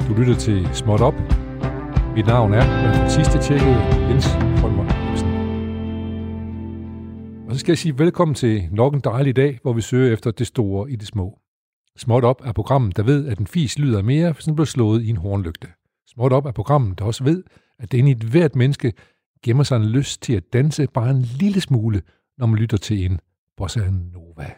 Du lytter til Småt Op. Mit navn er, sidste tjekket, Jens Frømer Jensen. Og så skal jeg sige velkommen til nok en dejlig dag, hvor vi søger efter det store i det små. Småt Op er programmet, der ved, at en fis lyder mere, hvis den bliver slået i en hornlygte. Småt Op er programmet, der også ved, at det inde i et hvert menneske gemmer sig en lyst til at danse bare en lille smule, når man lytter til en bossa nova.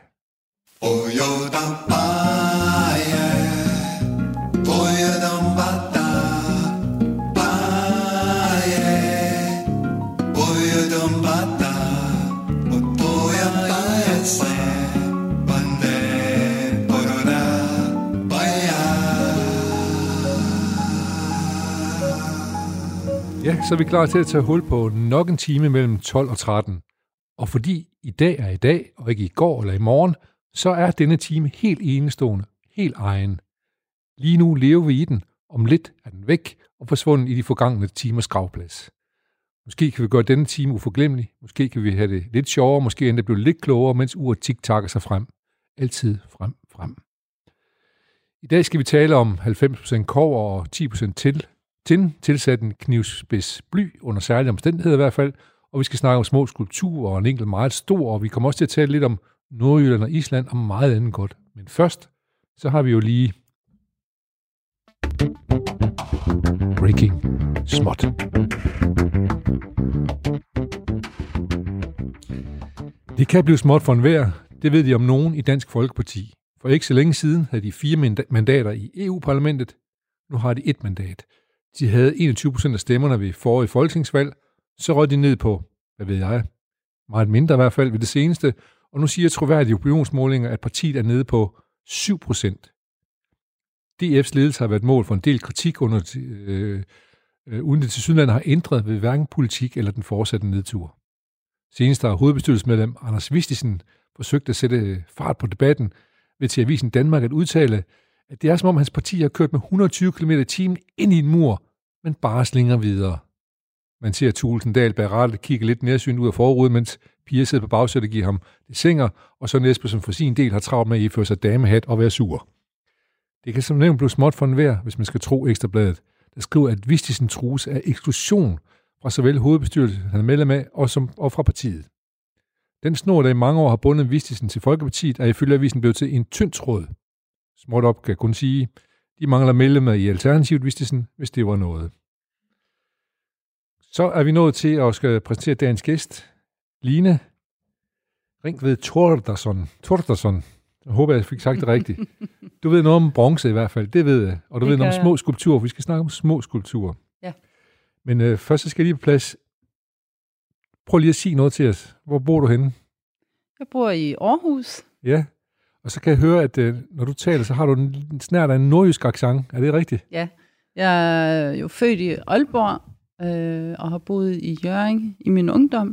Ja, så er vi klar til at tage hul på nok en time mellem 12 og 13. Og fordi i dag er i dag, og ikke i går eller i morgen, så er denne time helt enestående, helt egen. Lige nu lever vi i den, om lidt er den væk og forsvundet i de forgangne timers gravplads. Måske kan vi gøre denne time uforglemmelig, måske kan vi have det lidt sjovere, måske endda blive lidt klogere, mens uret tik-takker sig frem. Altid frem. I dag skal vi tale om 90% kobber og 10% tin, tilsat en knivspids bly, under særlige omstændigheder i hvert fald, og vi skal snakke om små skulpturer og en enkelt meget stor, og vi kommer også til at tale lidt om Nordjylland og Island og meget andet godt. Men først, så har vi jo lige Breaking Småt. Det kan blive småt for enhver, det ved de om nogen i Dansk Folkeparti. For ikke så længe siden havde de 4 mandater i EU-parlamentet, nu har de 1 mandat. De havde 21% af stemmerne ved forrige folketingsvalg, så røg de ned på, hvad ved jeg, meget mindre i hvert fald ved det seneste, og nu siger troværdige opinionsmålinger, at partiet er nede på 7%. DF's ledelse har været mål for en del kritik, uden det tilsyneladende har ændret ved hverken politik eller den fortsatte nedtur. Senest har hovedbestyrelsesmedlem Anders Vistisen forsøgt at sætte fart på debatten ved til Avisen Danmark at udtale, at det er som om hans parti har kørt med 120 km/t ind i en mur, men bare slinger videre. Man ser Thulesen Dahl bag rattet kigge lidt nærsynt ud af forruden, mens Pia sidder på bagsædet og giver ham det sænger, og så Espersen for sin del har travlt med at iføre sig damehat og være sur. Det kan som nævnt blive småt for enhver, hvis man skal tro Ekstrabladet, der skriver, at Vistisen trues af eksklusion fra såvel hovedbestyrelsen, han er medlem af, og fra partiet. Den snor, der i mange år har bundet Vistisen til Folkepartiet, er ifølge avisen blevet til en tynd tråd. Småt Op kan kun sige, de mangler medlemmer i Alternativet, Vistisen, hvis det var noget. Så er vi nået til at skal præsentere dagens gæst, Line Ringved Thordarson. Jeg håber, jeg fik sagt det rigtigt. Du ved noget om bronze i hvert fald, det ved jeg. Og du ved noget om små skulpturer. Vi skal snakke om små skulpturer. Ja. Men først så skal jeg lige på plads. Prøv lige at sige noget til os. Hvor bor du henne? Jeg bor i Aarhus. Ja. Og så kan jeg høre, at når du taler, så har du en snert af en nordjysk accent. Er det rigtigt? Ja. Jeg er jo født i Aalborg og har boet i Hjørring i min ungdom.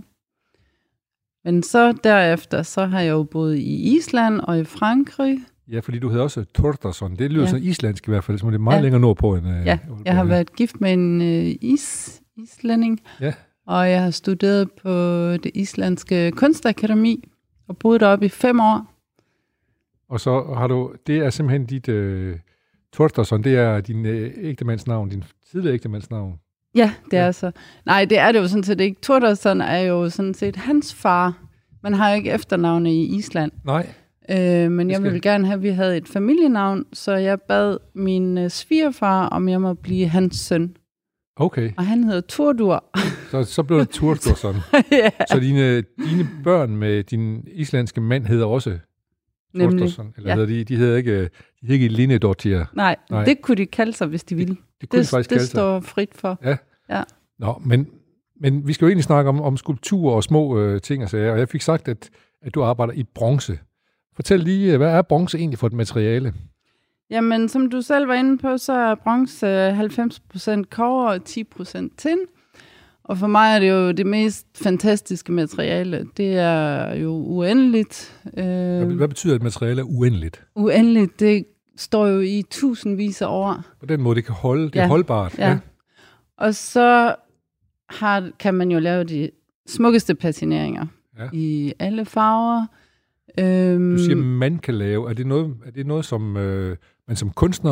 Men så derefter, så har jeg jo boet i Island og i Frankrig. Ja, fordi du hedder også Thordarson. Det lyder sådan islandsk i hvert fald, så det er meget længere nordpå end... Ja, jeg har været gift med en islænding, og jeg har studeret på det islandske kunstakademi og boet deroppe i 5 år. Og så har du... Det er simpelthen dit... Thordarson, det er din ægtemandsnavn, din tidligere ægtemandsnavn. Ja, det er så. Nej, det er det jo sådan set ikke. Thordarson er jo sådan set hans far. Man har jo ikke efternavne i Island. Nej. Men jeg ville gerne have, at vi havde et familienavn, så jeg bad min svigerfar, om jeg må blive hans søn. Okay. Og han hedder Thordur. Så blev det Thordarson. Ja. Så dine børn med din islandske mand hedder også Thordarson? Eller hedder de hedder ikke Linedottir? Nej, det kunne de kalde sig, hvis de ville. Det kunne de faktisk kalde sig. Det står frit for. Ja. Nå, men vi skal jo egentlig snakke om skulpturer og små ting og sager, og jeg fik sagt, at du arbejder i bronze. Fortæl lige, hvad er bronze egentlig for et materiale? Jamen, som du selv var inde på, så er bronze 90% kobber og 10% tin. Og for mig er det jo det mest fantastiske materiale. Det er jo uendeligt. Hvad betyder et materiale er uendeligt? Uendeligt, det står jo i tusindvis af år. På den måde, det kan holde, det er holdbart. Ja. Og så kan man jo lave de smukkeste patineringer i alle farver. Du siger, man kan lave. Er det noget som man som kunstner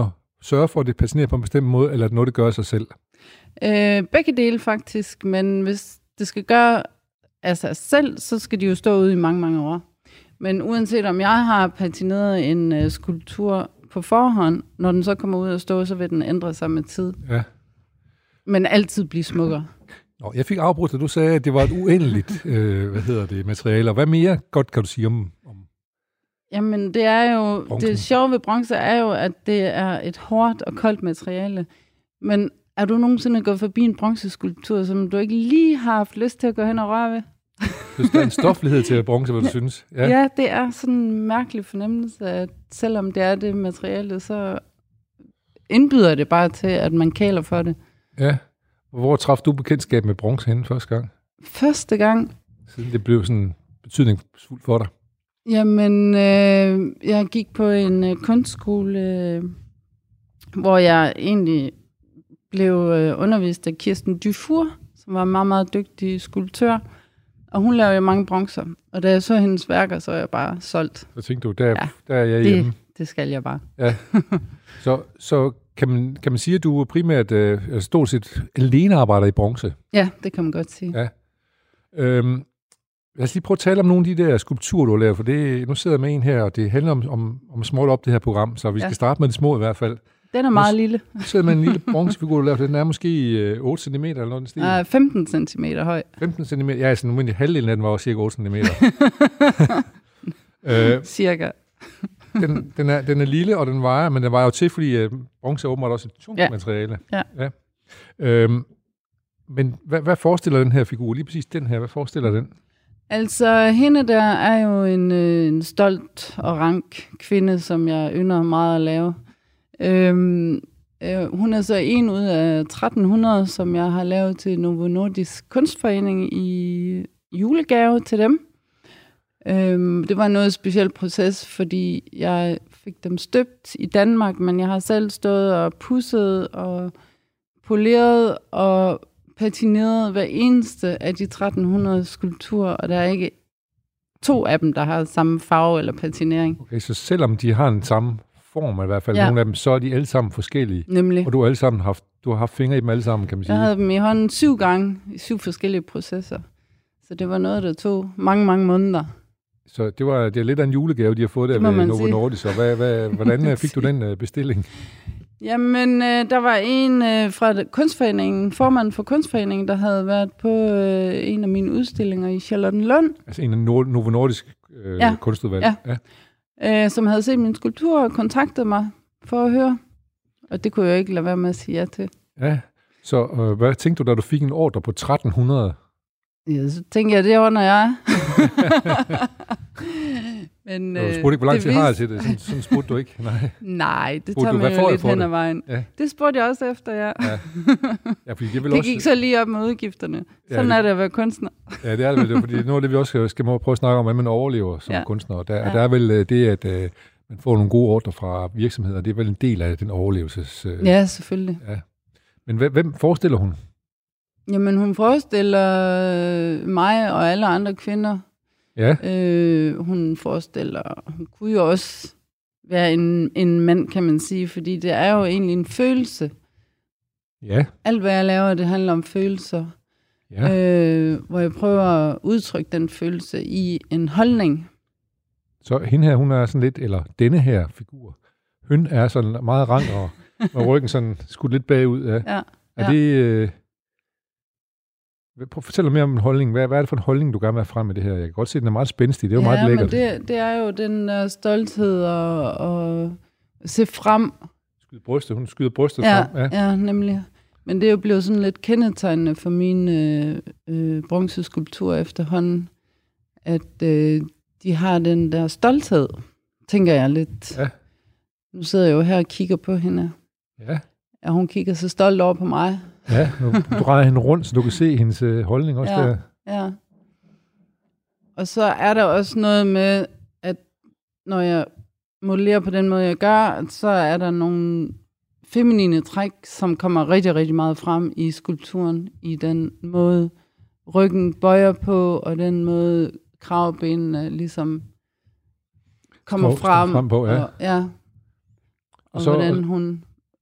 sørge for, at det patinerer på en bestemt måde, eller er det noget, det gør af sig selv? Begge dele faktisk, men hvis det skal gøre af sig selv, så skal de jo stå ude i mange, mange år. Men uanset om jeg har patineret en skulptur på forhånd, når den så kommer ud og stå, så vil den ændre sig med tid. Ja. Men altid blive smukkere. Nå, jeg fik afbrudt, at du sagde, at det var et uendeligt materiale. Og hvad mere godt kan du sige om? Jamen, det er jo... Bronzen. Det sjove ved bronze er jo, at det er et hårdt og koldt materiale. Men er du nogensinde gået forbi en bronzeskulptur, som du ikke lige har haft lyst til at gå hen og røre ved? Hvis der er en stoflighed til bronze, hvad du synes? Ja, det er sådan en mærkelig fornemmelse, at selvom det er det materiale, så indbyder det bare til, at man kæler for det. Ja. Hvor traf du bekendtskab med bronze henne første gang? Første gang? Siden det blev sådan betydningsfuldt for dig? Jamen, jeg gik på en kunstskole, hvor jeg egentlig blev undervist af Kirsten Dufour, som var en meget, meget dygtig skulptør. Og hun lavede jo mange bronzer. Og da jeg så hendes værker, så er jeg bare solgt. Så tænkte du, der er jeg hjemme. Det skal jeg bare. Ja. Så kan man sige, at du primært stort set alene arbejder i bronze? Ja, det kan man godt sige. Ja. Lad os lige prøve at tale om nogle af de der skulpturer, du har lavet, for nu sidder jeg med en her, og det handler om småt op, det her program, så vi skal starte med det små i hvert fald. Den er meget lille. Du sidder med en lille bronzefigur, du laver, den er måske 8 cm eller noget den stil. 15 cm høj. 15 cm, ja, altså nu halvdelen af den var også cirka 8 cm. Cirka. Den er lille, og den vejer, men den vejer jo til, fordi bronze er åbenbart også et tungt materiale. Ja. Men hvad forestiller den her figur? Lige præcis den her, hvad forestiller den? Altså, hende der er jo en stolt og rank kvinde, som jeg ynder meget at lave. Hun er så en ud af 1300, som jeg har lavet til Novo Nordisk Kunstforening i julegave til dem. Det var noget speciel proces, fordi jeg fik dem støbt i Danmark, men jeg har selv stået og pudset og poleret og patineret hver eneste af de 1300 skulpturer, og der er ikke 2 af dem, der har samme farve eller patinering. Okay, så selvom de har den samme form i hvert fald, nogle af dem, så er de alle sammen forskellige. Nemlig. Og du har haft fingre i dem alle sammen, kan man sige. Jeg havde dem i hånden 7 gange i 7 forskellige processer. Så det var noget, der tog mange, mange måneder. Så det er lidt af en julegave, de har fået der ved Novo Nordisk. Og hvordan fik du den bestilling? Jamen, der var en fra Kunstforeningen, formanden for Kunstforeningen, der havde været på en af mine udstillinger i Charlottenlund. Altså en af Novo Nordisk kunstudvalg? Ja. Som havde set min skulptur og kontaktet mig for at høre. Og det kunne jeg ikke lade være med at sige ja til. Ja, så hvad tænkte du, da du fik en ordre på 1300? Ja, så tænkte jeg, det ordner jeg. Men, du spurgte ikke, hvor lang tid har jeg til det? Sådan spurgte du ikke? Nej, det tager man jo lidt hen ad vejen. Ja. Det spurgte jeg også efter, ja. Fordi det gik så lige op med udgifterne. Sådan er det at være kunstner. Ja, det er det vel, fordi nu er det, vi også skal prøve at snakke om, hvordan man overlever som kunstner. Der er vel det, at man får nogle gode ordre fra virksomheder, det er vel en del af den overlevelses... Ja, selvfølgelig. Ja. Men hvem forestiller hun? Jamen, hun forestiller mig og alle andre kvinder. Ja. Hun kunne jo også være en mand, kan man sige, fordi det er jo egentlig en følelse. Ja. Alt, hvad jeg laver, det handler om følelser. Ja. Hvor jeg prøver at udtrykke den følelse i en holdning. Så hende her, hun er sådan lidt, eller denne her figur, hun er sådan meget rank og ryggen sådan skudt lidt bagud. Ja. Er det... Prøv at fortælle mere om en holdning. Hvad er det for en holdning, du gerne vil have frem med det her? Jeg kan godt se, at den er meget spændstig. Det er jo meget lækkert. Men det er jo den stolthed og se frem. Hun skyder brystet frem. Ja, nemlig. Men det er jo blevet sådan lidt kendetegnende for mine bronzeskulpturer efterhånden, at de har den der stolthed, tænker jeg lidt. Ja. Nu sidder jeg jo her og kigger på hende. Ja. Og hun kigger så stolt over på mig. Ja, du drejer hende rundt, så du kan se hendes holdning også der. Ja. Og så er der også noget med, at når jeg modellerer på den måde, jeg gør, så er der nogle feminine træk, som kommer rigtig, rigtig meget frem i skulpturen, i den måde ryggen bøjer på, og den måde kravbenene ligesom kommer frem på, ja. Og hvordan hun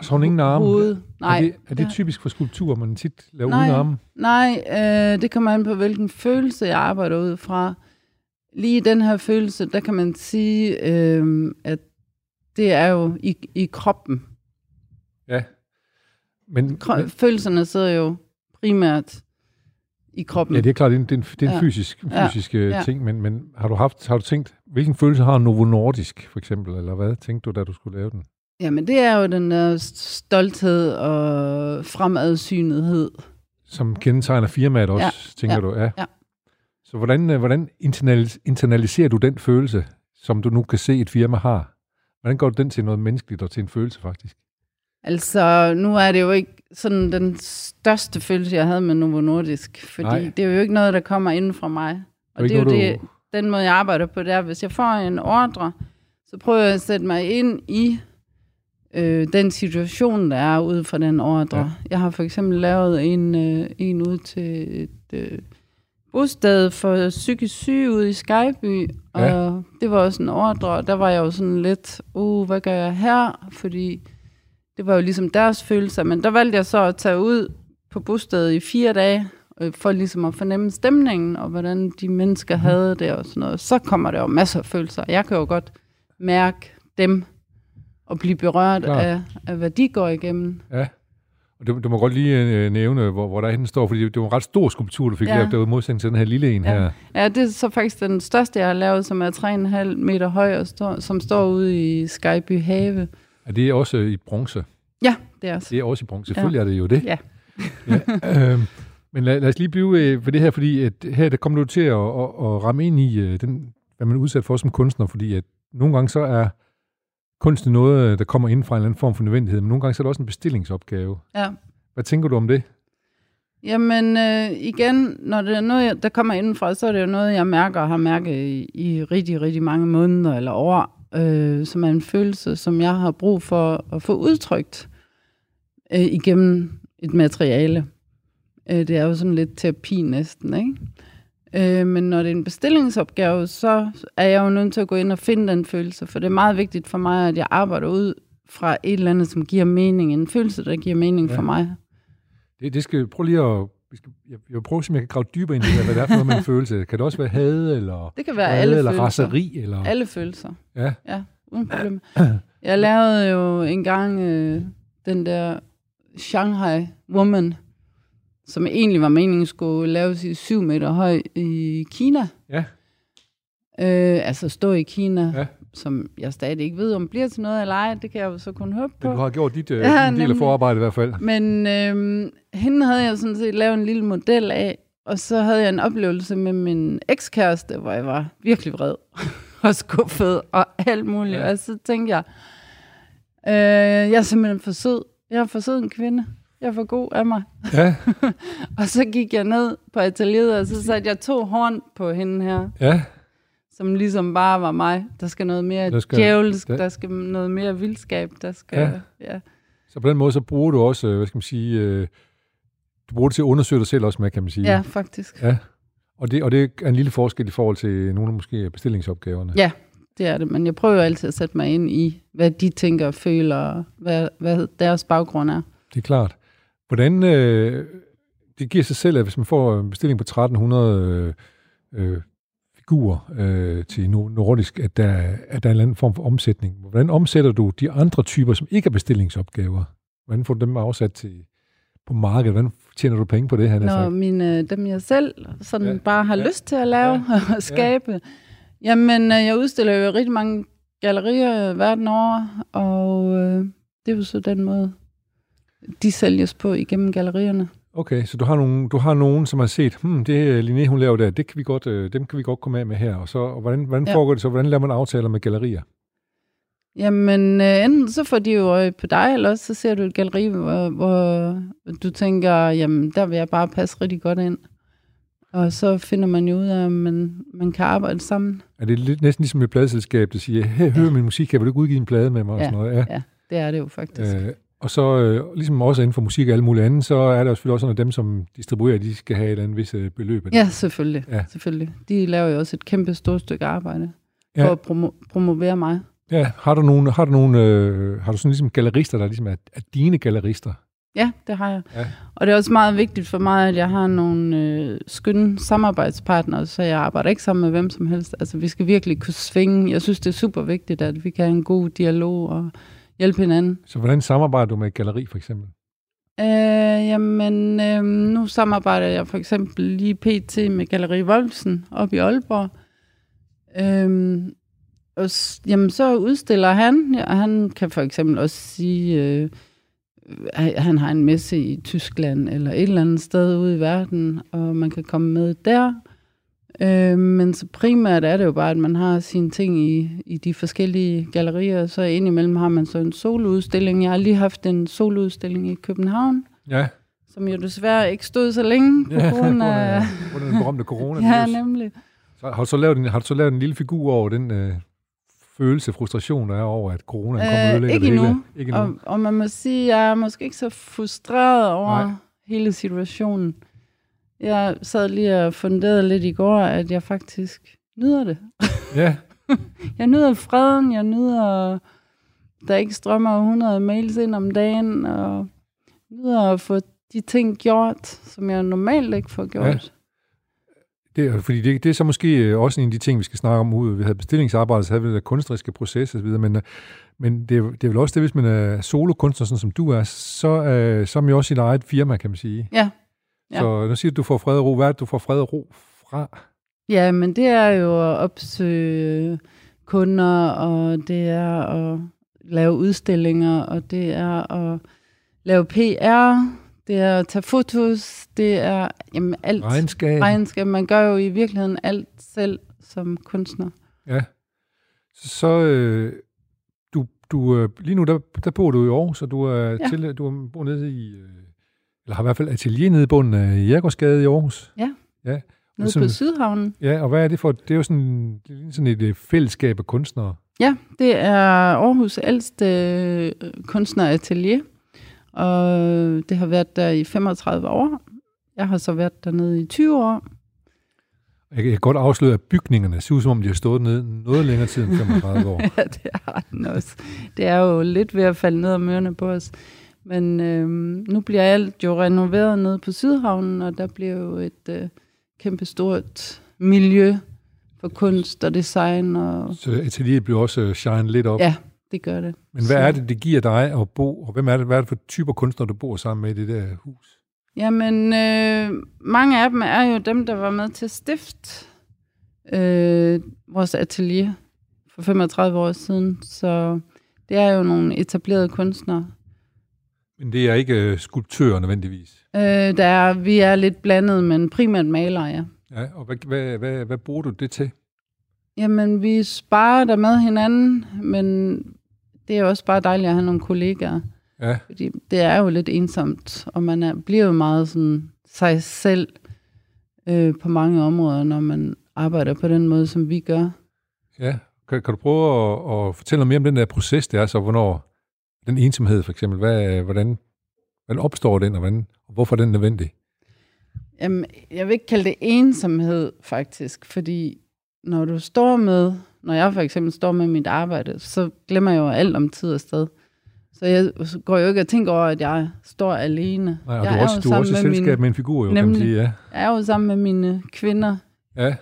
Og så har hun ingen arme? Hovedet. Nej. Er det typisk for skulptur, man tit laver nej, uden arme? Nej, det kommer an på, hvilken følelse jeg arbejder ud fra. Lige den her følelse, der kan man sige, at det er jo i kroppen. Ja. Men følelserne sidder jo primært i kroppen. Ja, det er klart, det er en fysisk ting, men har du tænkt, hvilken følelse har Novo Nordisk, for eksempel, eller hvad tænkte du, da du skulle lave den? Jamen, det er jo den der stolthed og fremadsynethed. Som kendetegner firmaet også, tænker du? Ja. Så hvordan internaliserer du den følelse, som du nu kan se, et firma har? Hvordan går den til noget menneskeligt og til en følelse, faktisk? Altså, nu er det jo ikke sådan den største følelse, jeg havde med Novo Nordisk, fordi det er jo ikke noget, der kommer inden fra mig. Og det er jo den måde, jeg arbejder på, det er, hvis jeg får en ordre, så prøver jeg at sætte mig ind i den situation, der er ude fra den ordre. Ja. Jeg har for eksempel lavet en ud til et bosted for psykisk syge ude i Skyby, og det var også en ordre, og der var jeg jo sådan lidt, hvad gør jeg her? Fordi det var jo ligesom deres følelser, men der valgte jeg så at tage ud på bostedet i 4 dage, for ligesom at fornemme stemningen, og hvordan de mennesker havde det og sådan noget. Så kommer der jo masser af følelser. Jeg kan jo godt mærke dem, og blive berørt af, hvad de går igennem. Ja, og du må godt lige nævne, hvor der den står, fordi det var en ret stor skulptur, du fik lavet, der var modsætning til den her lille en her. Ja, det er så faktisk den største, jeg har lavet, som er 3,5 meter høj, og som står ude i Skyby Have. Er det også i bronze? Ja, det er også. Det er også i bronze. Selvfølgelig er det jo det. Ja. Men lad os lige blive ved det her, fordi at her der kommer du til at ramme ind i hvad man er udsat for som kunstner, fordi at nogle gange så er kunsten noget, der kommer ind fra en eller anden form for nødvendighed, men nogle gange så er det også en bestillingsopgave. Ja. Hvad tænker du om det? Jamen igen, når det er noget, der kommer indenfra, så er det jo noget, jeg mærker og har mærket i rigtig, rigtig mange måneder eller år, som er en følelse, som jeg har brug for at få udtrykt igennem et materiale. Det er jo sådan lidt terapi næsten, ikke? Men når det er en bestillingsopgave, så er jeg jo nødt til at gå ind og finde den følelse, for det er meget vigtigt for mig, at jeg arbejder ud fra et eller andet, som giver mening, en følelse, der giver mening for mig. Det skal prøve lige at... Jeg vil prøve, om jeg kan grave dybere ind i det, hvad det er for noget med en følelse. Kan det også være had, eller det kan være alle eller følelser. Raseri, eller... Alle følelser. Ja, uden problem. Jeg lavede jo engang den der Shanghai Woman, som egentlig var meningen skulle laves i 7 meter høj i Kina. Ja. Altså stå i Kina, som jeg stadig ikke ved, om bliver til noget eller ej. Det kan jeg jo så kun håbe på. Men du har gjort din del af forarbejdet i hvert fald. Men hende havde jeg sådan set lavet en lille model af, og så havde jeg en oplevelse med min ekskæreste, hvor jeg var virkelig vred og skuffet og alt muligt. Ja. Og så tænkte jeg, jeg er simpelthen for sød. Jeg er for sød en kvinde. Jeg er for god af mig. Ja. Og så gik jeg ned på atelieret, og så satte jeg 2 horn på hende her. Ja. Som ligesom bare var mig. Der skal noget mere djævelsk, der skal noget mere vildskab, der skal... Ja. Så på den måde, så bruger du også, hvad skal man sige, du bruger det til at undersøge dig selv også med, kan man sige. Ja, faktisk. Ja. Og det er en lille forskel i forhold til nogle af måske bestillingsopgaverne. Ja, det er det, men jeg prøver altid at sætte mig ind i, hvad de tænker og føler, og hvad deres baggrund er. Det er klart. Hvordan, det giver sig selv, at hvis man får en bestilling på 1300 figurer til nordisk, at der er en eller anden form for omsætning. Hvordan omsætter du de andre typer, som ikke er bestillingsopgaver? Hvordan får du dem afsat på markedet? Hvordan tjener du penge på det her? Dem jeg selv bare har lyst til at lave og skabe. Jamen, jeg udstiller jo rigtig mange gallerier verden over, og det er jo så den måde, de sælges på igennem gallerierne. Okay, så du har nogen, som har set, det Linné, hun laver der, det kan vi godt, dem kan vi godt komme af med her. Og hvordan foregår det så? Hvordan laver man aftaler med gallerier? Jamen, enten så får de jo øje på dig, eller også så ser du et galleri, hvor du tænker, jamen, der vil jeg bare passe rigtig godt ind. Og så finder man jo ud af, at man kan arbejde sammen. Er det lidt næsten ligesom et pladeselskab, der siger, hey, hør min musik, kan du ikke udgive en plade med mig? Og sådan noget? Ja, det er det jo faktisk. Og så, ligesom også inden for musik og alle mulige andet, så er der selvfølgelig også sådan, at dem, som distribuerer, de skal have et eller andet vis beløb. Ja, selvfølgelig. Ja. Selvfølgelig. De laver jo også et kæmpe stort stykke arbejde for at promovere mig. Ja, har du sådan ligesom gallerister, der ligesom er dine gallerister? Ja, det har jeg. Ja. Og det er også meget vigtigt for mig, at jeg har nogle skønne samarbejdspartnere, så jeg arbejder ikke sammen med hvem som helst. Altså, vi skal virkelig kunne svinge. Jeg synes, det er super vigtigt, at vi kan have en god dialog og hjælpe hinanden. Så hvordan samarbejder du med et galleri, for eksempel? Nu samarbejder jeg for eksempel lige pt. Med Galleri Wolfsen oppe i Aalborg. Så udstiller han, og han kan for eksempel også sige, han har en messe i Tyskland eller et eller andet sted ude i verden, og man kan komme med der. Men så primært er det jo bare, at man har sine ting i de forskellige gallerier, så indimellem har man så en soloudstilling. Jeg har lige haft en soloudstilling i København, som jo desværre ikke stod så længe på grund af den berømte corona. Ja, nemlig. Så har du så lavet en lille figur over den følelse, frustration, der er over, at corona kommer og ødelægger det hele? Ikke endnu. Og man må sige, at jeg er måske ikke så frustreret over hele situationen. Jeg sad lige og funderede lidt i går, at jeg faktisk nyder det. Ja. Jeg nyder freden, jeg nyder, der ikke strømmer 100 mails ind om dagen, og nyder at få de ting gjort, som jeg normalt ikke får gjort. Ja. Det er så måske også en af de ting, vi skal snakke om ude. Vi havde bestillingsarbejde, så havde vi det kunstneriske proces osv., men det er vel også det, hvis man er solokunstner, sådan som du er, så er man jo også sit eget firma, kan man sige. Ja. Så nu siger du får fred og ro. Hvad er det, du får fred og ro fra? Ja, men det er jo at opsøge kunder, og det er at lave udstillinger, og det er at lave PR, det er at tage fotos, det er alt. Regnskab. Man gør jo i virkeligheden alt selv som kunstner. Ja. Så du lige nu, der bor du i Aarhus, og du bor nede i, eller har i hvert fald atelier nede i bunden af Jægersgade i Aarhus. Ja. Ja. Nede på Sydhavnen. Ja, og hvad er det for? Det er jo sådan et fællesskab af kunstnere. Ja, det er Aarhus' ældste kunstneratelier, og det har været der i 35 år. Jeg har så været dernede i 20 år. Jeg kan godt afsløre, at bygningerne ser ud, som om de har stået nede noget længere tid end 35 år. Ja, det har den også. Det er jo lidt ved at falde ned om ørerne på os. Men nu bliver alt jo renoveret nede på Sydhavnen, og der bliver jo et kæmpestort miljø for kunst og design. Så atelieret bliver også shine lidt op? Ja, det gør det. Men hvad er det giver dig at bo, og hvad er det for typer kunstnere, du bor sammen med i det der hus? Jamen, mange af dem er jo dem, der var med til at stifte vores atelier for 35 år siden. Så det er jo nogle etablerede kunstnere. Men det er ikke skulptører nødvendigvis? Vi er lidt blandet, men primært malere, ja. Ja, og hvad bruger du det til? Jamen, vi sparer der med hinanden, men det er også bare dejligt at have nogle kollegaer. Ja. Fordi det er jo lidt ensomt, og man bliver jo meget sådan sig selv på mange områder, når man arbejder på den måde, som vi gør. Ja, kan du prøve at fortælle noget mere om den der proces, det er så, hvornår den ensomhed for eksempel, hvordan opstår den, og hvorfor er den nødvendig? Jamen, jeg vil ikke kalde det ensomhed faktisk, fordi når jeg for eksempel står med mit arbejde, så glemmer jeg jo alt om tid og sted. Så jeg går jo ikke og tænker over, at jeg står alene. Nej, og du er også i selskab med en figur, jo, kan man sige, ja. Jeg er jo sammen med mine kvinder. Ja.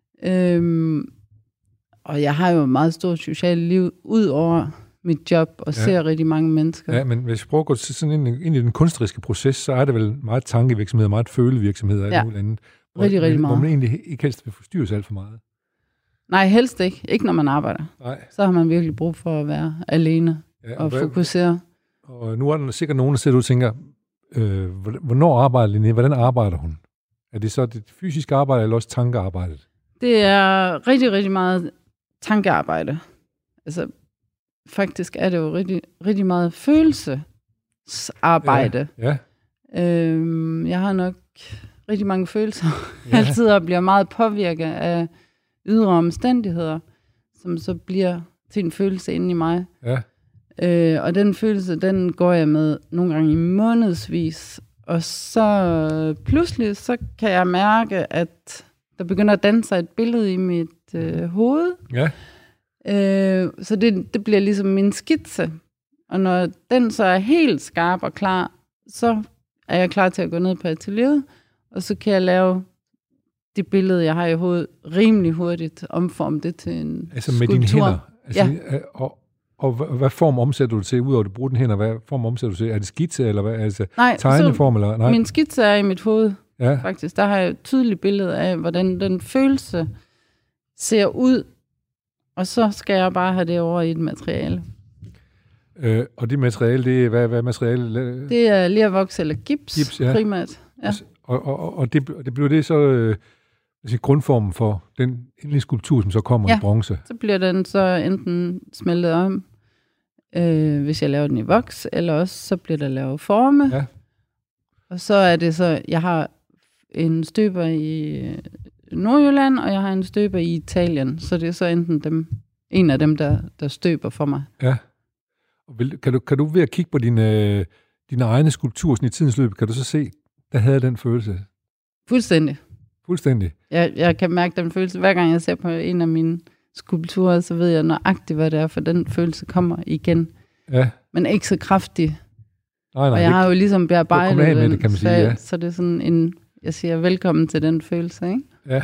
Og jeg har jo et meget stort socialt liv ud over mit job, og ser rigtig mange mennesker. Ja, men hvis jeg prøver at gå sådan ind i den kunstneriske proces, så er det vel meget tankevirksomhed, meget følevirksomhed og alt muligt andet. Rigtig meget. Hvor man egentlig ikke helst vil forstyrres alt for meget. Nej, helst ikke. Ikke når man arbejder. Nej. Så har man virkelig brug for at være alene og fokusere. Og nu er der sikkert nogen, der sidder ud og tænker, hvornår arbejder Linnea? Hvordan arbejder hun? Er det så det fysiske arbejde, eller også tankearbejdet? Det er rigtig, rigtig meget tankearbejde. Altså, faktisk er det jo rigtig, rigtig meget følelsesarbejde. Ja. Jeg har nok rigtig mange følelser. Altid og bliver meget påvirket af ydre omstændigheder, som så bliver til en følelse inde i mig. Ja. Og den følelse, den går jeg med nogle gange i månedsvis. Og så pludselig, så kan jeg mærke, at der begynder at danne sig et billede i mit hoved. Ja. Så det bliver ligesom min skitse. Og når den så er helt skarp og klar, så er jeg klar til at gå ned på atelieret, og så kan jeg lave det billede, jeg har i hovedet, rimelig hurtigt, omforme det til en altså skulptur. med dine hænder? Altså, Ja. Og hvad form omsætter du til, udover at du bruger dine hænder? Hvad form omsætter du til? Er det skitse, eller hvad? Altså tegneform, eller? Nej. Min skitse er i mit hoved, Ja. faktisk. Der har jeg et tydeligt billede af, hvordan den følelse ser ud, og så skal jeg bare have det over i et materiale. Og det materiale, det er, hvad er materiale? Det er lervoks eller gips ja. primært. Ja. Og det bliver det så grundformen for den endelige skulptur, som så kommer i bronze. Så bliver den så enten smeltet om, hvis jeg laver den i voks, eller også så bliver der lavet forme. Ja. Og så er det så, jeg har en støber i Nordjylland, og jeg har en støber i Italien. Så det er så enten en af dem, der støber for mig. Ja. Kan du ved at kigge på dine egne skulpturer i tidens løb, kan du så se, der havde den følelse? Fuldstændig. Fuldstændig? Jeg kan mærke den følelse. Hver gang jeg ser på en af mine skulpturer, så ved jeg nøjagtigt, hvad det er, for den følelse kommer igen. Ja. Men ikke så kraftig. Nej, og jeg har jo ligesom bearbejdet den, det, kan man sige, ja. Så det er sådan jeg siger velkommen til den følelse, ikke? Ja.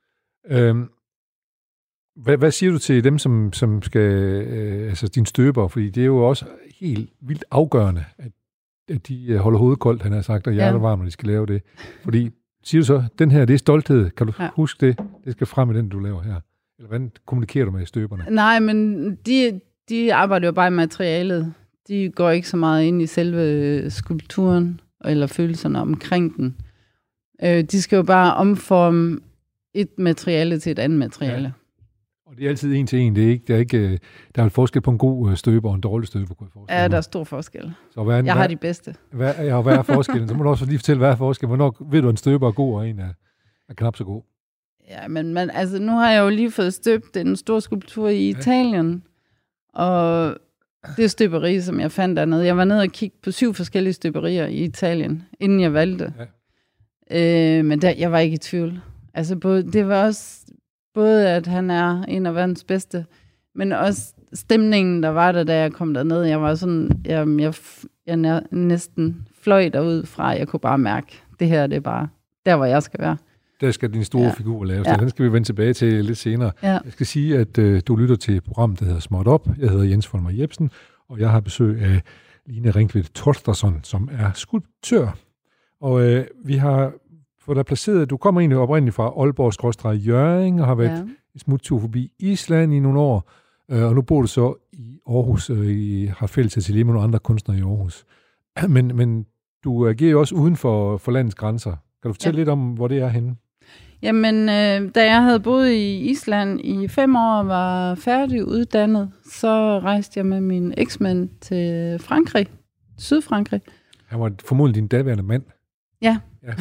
Hvad siger du til dem, som skal, altså dine støber, fordi det er jo også helt vildt afgørende, at de holder hovedet koldt, han har sagt, og hjertet varmt, når de skal lave det. Fordi, siger du så, den her, det er stolthed, kan du huske det? Det skal frem i den, du laver her. Eller hvordan kommunikerer du med støberne? Nej, men de arbejder jo bare i materialet. De går ikke så meget ind i selve skulpturen, eller følelserne omkring den. De skal jo bare omforme et materiale til et andet materiale. Ja. Og det er altid en til en. Der er jo forskel på en god støber og en dårlig støber. Ja, der er stor forskel. Så jeg har de bedste. Hvad er forskellen? Så må du også lige fortælle, hvad er forskellen. Hvornår ved du, en støber er god, og en er knap så god? Ja, men altså, nu har jeg jo lige fået støbt en stor skulptur i Italien, og det støberi, som jeg fandt dernede. Jeg var nede og kigge på 7 forskellige støberier i Italien, inden jeg valgte. Ja. Men jeg var ikke i tvivl. Altså, det var også både, at han er en af verdens bedste, men også stemningen, der var der, da jeg kom derned. Jeg var sådan, jeg næsten fløj derud fra, jeg kunne bare mærke, det her, det er bare der, hvor jeg skal være. Der skal din store figur laves. Ja. Den skal vi vende tilbage til lidt senere. Ja. Jeg skal sige, at du lytter til et program, der hedder Småt Op. Jeg hedder Jens Folmer Jebsen, og jeg har besøg af Line Ringqvist Thordarson, som er skulptør. Og vi har fået dig placeret, du kommer egentlig oprindeligt fra Aalborg/Hjørring, og har været i smuttur forbi Island i nogle år, og nu bor du så i Aarhus, har fælles atelier med nogle andre kunstnere i Aarhus. Men du agerer jo også uden for landets grænser. Kan du fortælle lidt om, hvor det er henne? Jamen, da jeg havde boet i Island i 5 år og var færdiguddannet, så rejste jeg med min eksmand til Frankrig, Sydfrankrig. Han var formodentlig din daværende mand. Ja.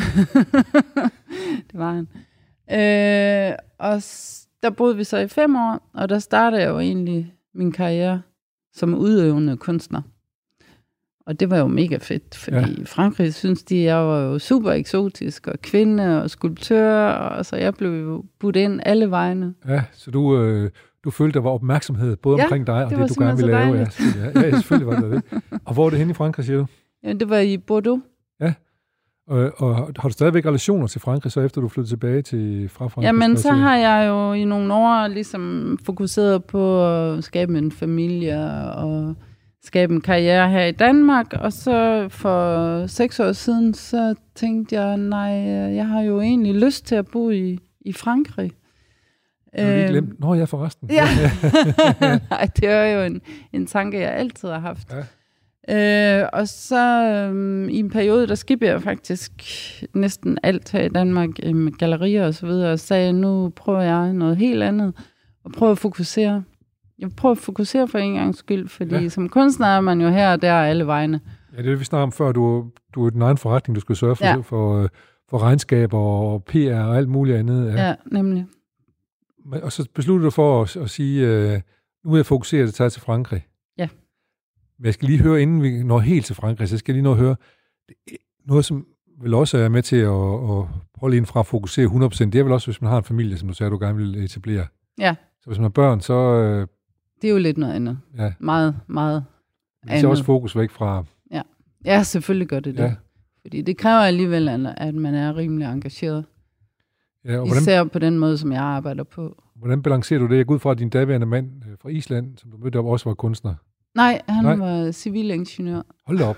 Det var han. Og der boede vi så i 5 år, og der startede jeg jo egentlig min karriere som udøvende kunstner. Og det var jo mega fedt, fordi Frankrig synes jeg var jo super eksotisk, og kvinde og skulptør, og så jeg blev jo budt ind alle vegne. Ja, så du følte, der var opmærksomhed både omkring dig og det, du gerne ville lave. Ja, selvfølgelig var det det. Og hvor er det henne i Frankrig, siger du? Ja, det var i Bordeaux. Ja, og har du stadigvæk relationer til Frankrig, så efter du flyttede tilbage fra Frankrig? Jamen, så har jeg jo i nogle år ligesom fokuseret på at skabe en familie og skabe en karriere her i Danmark, og så for 6 år siden, så tænkte jeg, nej, jeg har jo egentlig lyst til at bo i Frankrig. Jeg har lige glemt. Nå, jeg forresten. Ja. Nej, det er jo en tanke, jeg altid har haft. Ja. Og så i en periode, der skippede jeg faktisk næsten alt her i Danmark, med gallerier og så videre, og sagde, nu prøver jeg noget helt andet, og prøver at fokusere. Jeg prøver at fokusere for en gangs skyld, fordi som kunstner er man jo her og der alle vegne. Ja, det vi snakker om før. Du er din egen forretning, du skal sørge for regnskaber og PR og alt muligt andet. Ja, nemlig. Og så besluttede du for at sige, nu vil jeg fokusere, det tager til Frankrig. Ja. Men jeg skal lige høre, inden vi når helt til Frankrig, så skal jeg lige nå at høre noget, som vel også er med til at holde en fra at fokusere 100%. Det er vel også, hvis man har en familie, som du sagde, du gerne vil etablere. Ja. Så hvis man har børn, så Det er jo lidt noget andet. Ja. Meget, meget andet. Det er også fokus væk fra... Ja, selvfølgelig gør det det. Fordi det kræver alligevel, at man er rimelig engageret. Ja, og især på den måde, som jeg arbejder på. Hvordan balancerer du det? Jeg går ud fra, at din daværende mand fra Island, som du mødte op, også var kunstner. Nej, han var civilingeniør. Hold da op.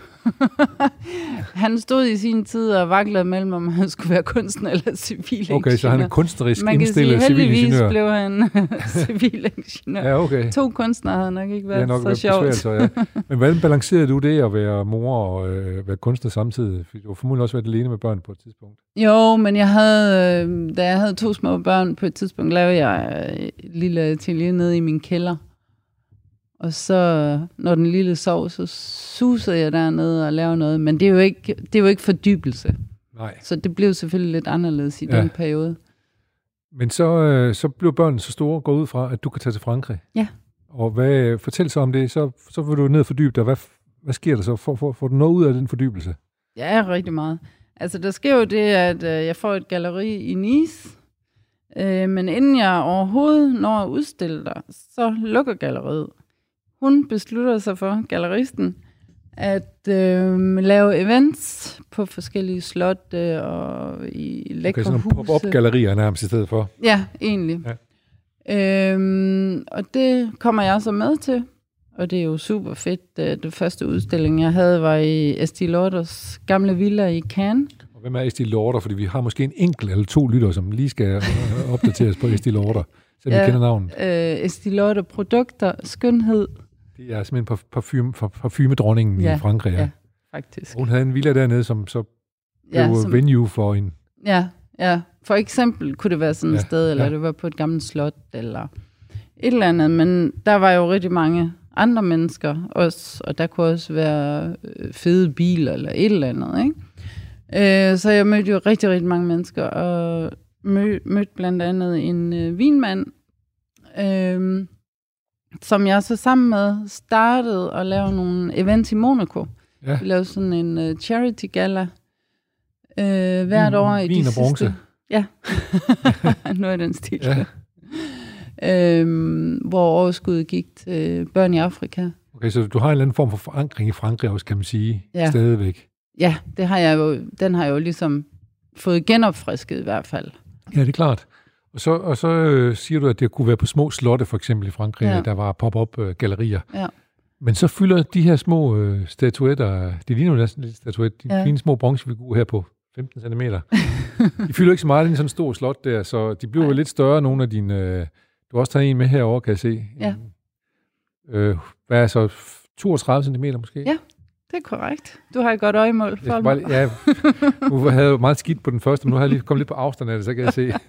Han stod i sin tid og vaklede mellem, om han skulle være kunstner eller civilingeniør. Okay, så han er kunstnerisk indstillet Man kan sige, heldigvis civilingeniør. blev han civilingeniør. Ja, okay. 2 kunstnere havde nok ikke været nok så sjovt. Så, ja. Men hvordan balancerede du det at være mor og være kunstner samtidig? For du har formodentlig også været alene med børn på et tidspunkt. Jo, men da jeg havde 2 små børn på et tidspunkt, lavede jeg et lille atelier nede i min kælder. Og så, når den lille sov, så susede jeg dernede og lavede noget. Men det er jo ikke fordybelse. Nej. Så det blev selvfølgelig lidt anderledes i den periode. Men så blev børnene så store og går ud fra, at du kan tage til Frankrig. Ja. Og fortæl så om det, så vil du ned og fordybe dig. Hvad sker der så? Får du noget ud af den fordybelse? Ja, rigtig meget. Altså, der sker jo det, at jeg får et galleri i Nice. Men inden jeg overhovedet når at udstille dig, så lukker galleriet. Hun beslutter sig for, galleristen, at lave events på forskellige slotte og i lækre huse. Okay, sådan pop-up-gallerier nærmest i stedet for. Ja, egentlig. Ja. Og det kommer jeg så med til, og det er jo super fedt. Det første udstilling, jeg havde, var i Estée Lauders gamle villa i Cannes. Og hvem er Estée Lauder? Fordi vi har måske en enkelt eller 2 lyttere, som lige skal opdateres på Estée Lauder, så vi kender navnet. Estée Lauder produkter, skønhed. Det er simpelthen parfumedronningen i Frankrig. Ja, faktisk. Og hun havde en villa dernede, som så blev venue for en... Ja. For eksempel kunne det være sådan et sted, eller det var på et gammelt slot, eller et eller andet. Men der var jo rigtig mange andre mennesker også, og der kunne også være fede biler, eller et eller andet, ikke? Så jeg mødte jo rigtig, rigtig mange mennesker, og mødte blandt andet en vinmand, som jeg så sammen med startede at lave nogle events i Monaco. Ja. Vi lavede sådan en charity gala hvert år i vin og bronze. Ja, noget af den stil. Ja. Hvor overskuddet gik til børn i Afrika. Okay, så du har en eller anden form for forankring i Frankrig også, kan man sige, stadigvæk. Ja, det har jeg jo, den har jeg jo ligesom fået genopfrisket i hvert fald. Ja, det er klart. Og så siger du, at det kunne være på små slotte, for eksempel i Frankrig, der var pop-up-gallerier. Ja. Men så fylder de her små statuetter, det ligner jo næsten lidt statuet, de fine små bronzefigurer her på 15 cm. De fylder ikke så meget i sådan en stor slot der, så de bliver jo lidt større, nogle af dine... Du har også taget en med herover, kan jeg se. Ja. Hvad er så 32 cm måske? Ja, det er korrekt. Du har et godt øjemål for mig. Ja, du havde jo meget skidt på den første, men nu har jeg lige kommet lidt på afstand af det, så kan jeg se.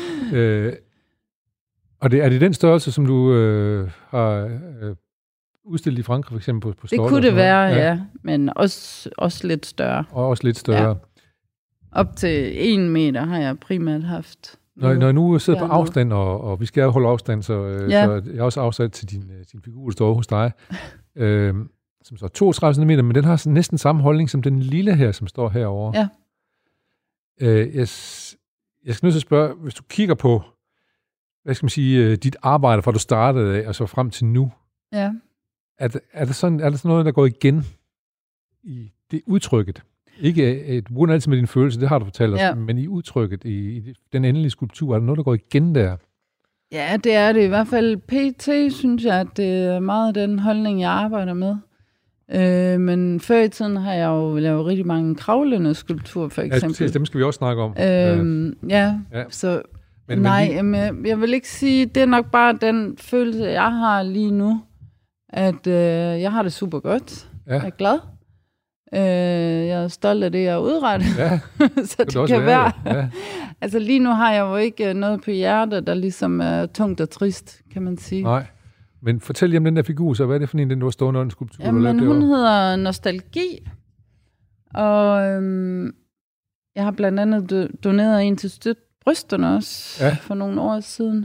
Og er det den størrelse, som du har udstillet i Frankrig, for eksempel på slottet? Det kunne det være, ja. Men også lidt større. Og også lidt større. Ja. Op til 1 meter har jeg primært haft. Når jeg nu sidder på afstand, og vi skal jo holde afstand, så jeg er også afsat til din figur, der står hos dig, som så 32 cm, men den har næsten samme holdning som den lille her, som står herovre. Ja. Jeg skal nødt til at spørge, hvis du kigger på, hvad skal man sige, dit arbejde, fra du startede af, og så frem til nu, er der sådan noget, der går igen i det udtrykket? Ikke et burde altid med din følelse, det har du fortalt os, men i udtrykket, i den endelige skulptur, er der noget, der går igen der? Ja, det er det. I hvert fald pt. Synes jeg, at det er meget den holdning, jeg arbejder med. Men før i tiden har jeg jo lavet rigtig mange kravlende skulpturer, for eksempel. Ja, dem skal vi også snakke om. Så jeg vil ikke sige, det er nok bare den følelse, jeg har lige nu, at jeg har det super godt. Ja. Jeg er glad. Jeg er stolt af det, jeg har udrettet. Ja, så det kan være. Ja. Altså lige nu har jeg jo ikke noget på hjertet, der ligesom er tungt og trist, kan man sige. Nej, men fortæl lige om den der figur, så hvad er det for en, den du har stående under en skulptur? Jamen, hun hedder Nostalgi, og jeg har blandt andet doneret en til støtte brysterne også, for nogle år siden.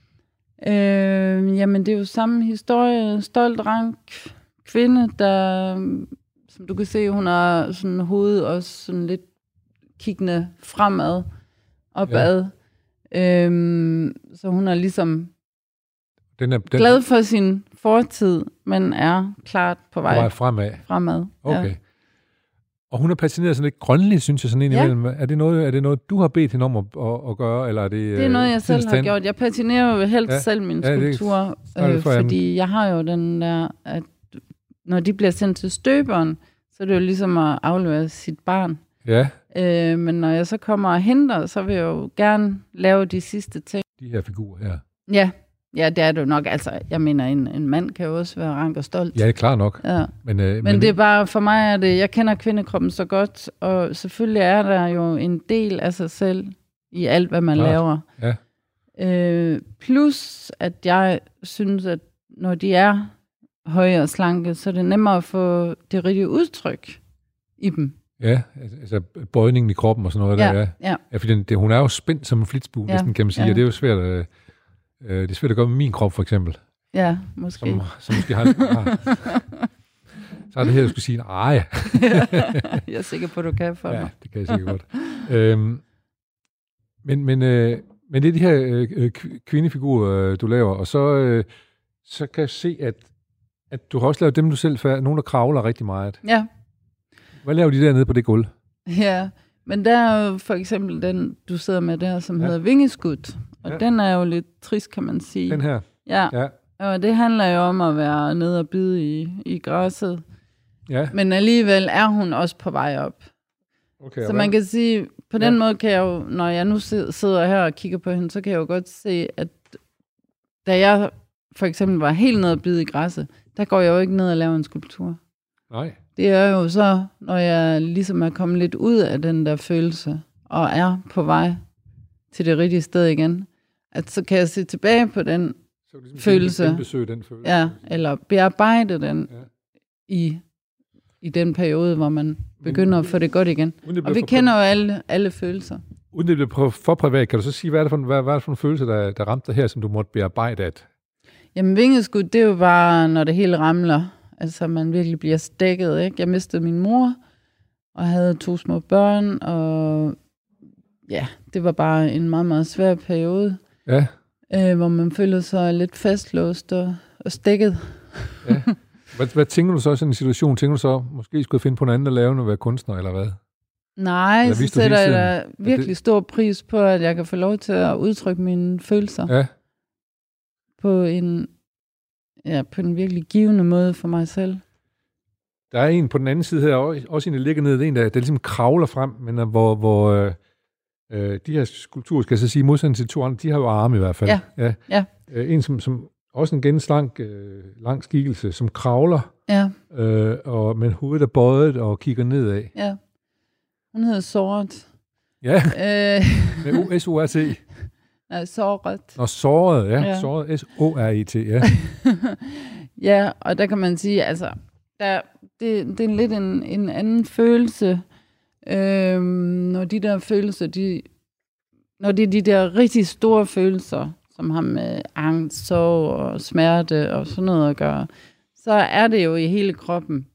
Jamen, det er jo samme historie. Stolt, rank kvinde, der... Som du kan se, hun har sådan hovedet også sådan lidt kiggende fremad, opad. Så hun er ligesom glad for sin fortid, men er klart på vej fremad. Okay. Ja. Og hun er patineret sådan lidt grønlig, synes jeg, sådan indimellem. Ja. Er det noget, du har bedt hende om at gøre, eller er det... Det er noget, jeg selv har gjort. Jeg patinerer jo helst selv min skulptur, fordi jeg har jo den der, at når de bliver sendt til støberen, så er det jo ligesom at aflevere sit barn. Ja. Men når jeg så kommer og henter, så vil jeg jo gerne lave de sidste ting. De her figurer her. Ja, det er det jo nok. Altså, jeg mener, en mand kan jo også være rank og stolt. Ja, det er klart nok. Ja. Men det er bare, for mig er det, jeg kender kvindekroppen så godt, og selvfølgelig er der jo en del af sig selv i alt, hvad man laver. Ja. Plus, at jeg synes, at når de er høje og slanke, så er det nemmere at få det rigtige udtryk i dem. Ja, altså bøjningen i kroppen og sådan noget der. Ja. Ja, fordi hun er jo spændt som en flitsbue, næsten kan man sige, og det er jo svært det er svært at gøre med min krop, for eksempel. Ja, måske. Som måske har så er det her, du skulle sige, nej. Jeg er sikker på, at du kan for mig. Ja, det kan jeg sikkert godt. Men det er de her kvindefigurer, du laver, og så kan jeg se, at du har også lavet dem, du selv nogen, der kravler rigtig meget. Ja. Hvad laver de dernede på det gulv? Ja, men der er jo for eksempel den, du sidder med der, som hedder Vingeskud. Og den er jo lidt trist, kan man sige. Den her? Ja. Og det handler jo om at være nede og bide i græsset. Ja. Men alligevel er hun også på vej op. Okay, så man kan sige, på den måde kan jeg jo, når jeg nu sidder her og kigger på hende, så kan jeg jo godt se, at da jeg for eksempel var helt nede og bide i græsset, der går jeg jo ikke ned og laver en skulptur. Nej. Det er jo så, når jeg ligesom er kommet lidt ud af den der følelse, og er på vej til det rigtige sted igen, at så kan jeg se tilbage på den ligesom følelse. Den følelse. Ja, eller bearbejde den i den periode, hvor man begynder at få det godt igen. Og vi kender jo alle følelser. Uden det bliver for privat, kan du så sige, hvad er det for en følelse, der ramte dig her, som du måtte bearbejde af? Jamen, vingeskud, det er jo bare, når det hele ramler. Altså, man virkelig bliver stækket, ikke? Jeg mistede min mor, og havde 2 små børn, og ja, det var bare en meget, meget svær periode. Ja. Hvor man føler sig lidt fastlåst og stækket. Ja. Hvad tænker du så i sådan en situation? Tænker du så, måske skulle jeg finde på noget andet at lave, end at være kunstner, eller hvad? Nej, så sætter jeg da virkelig stor pris på, at jeg kan få lov til at udtrykke mine følelser. Ja. På en virkelig givende måde for mig selv. Der er en på den anden side her, også en, der ligger ned, en, der ligesom kravler frem, men hvor de her skulpturer, skal jeg så sige, modsætning til 2 andre, de har jo arme i hvert fald. Ja. En, som også en genslank, lang skikkelse, som kravler, og med hovedet er bøjet og kigger nedad. Ja. Hun hedder Såret. Ja, med S-O-R-T. Nej, Såret. Og Såret, ja. Såret, S-O-R-E-T, ja. Ja, og der kan man sige, altså, det er lidt en anden følelse, når de der følelser, når det er de der rigtig store følelser, som har med angst, sorg og smerte og sådan noget at gøre, så er det jo i hele kroppen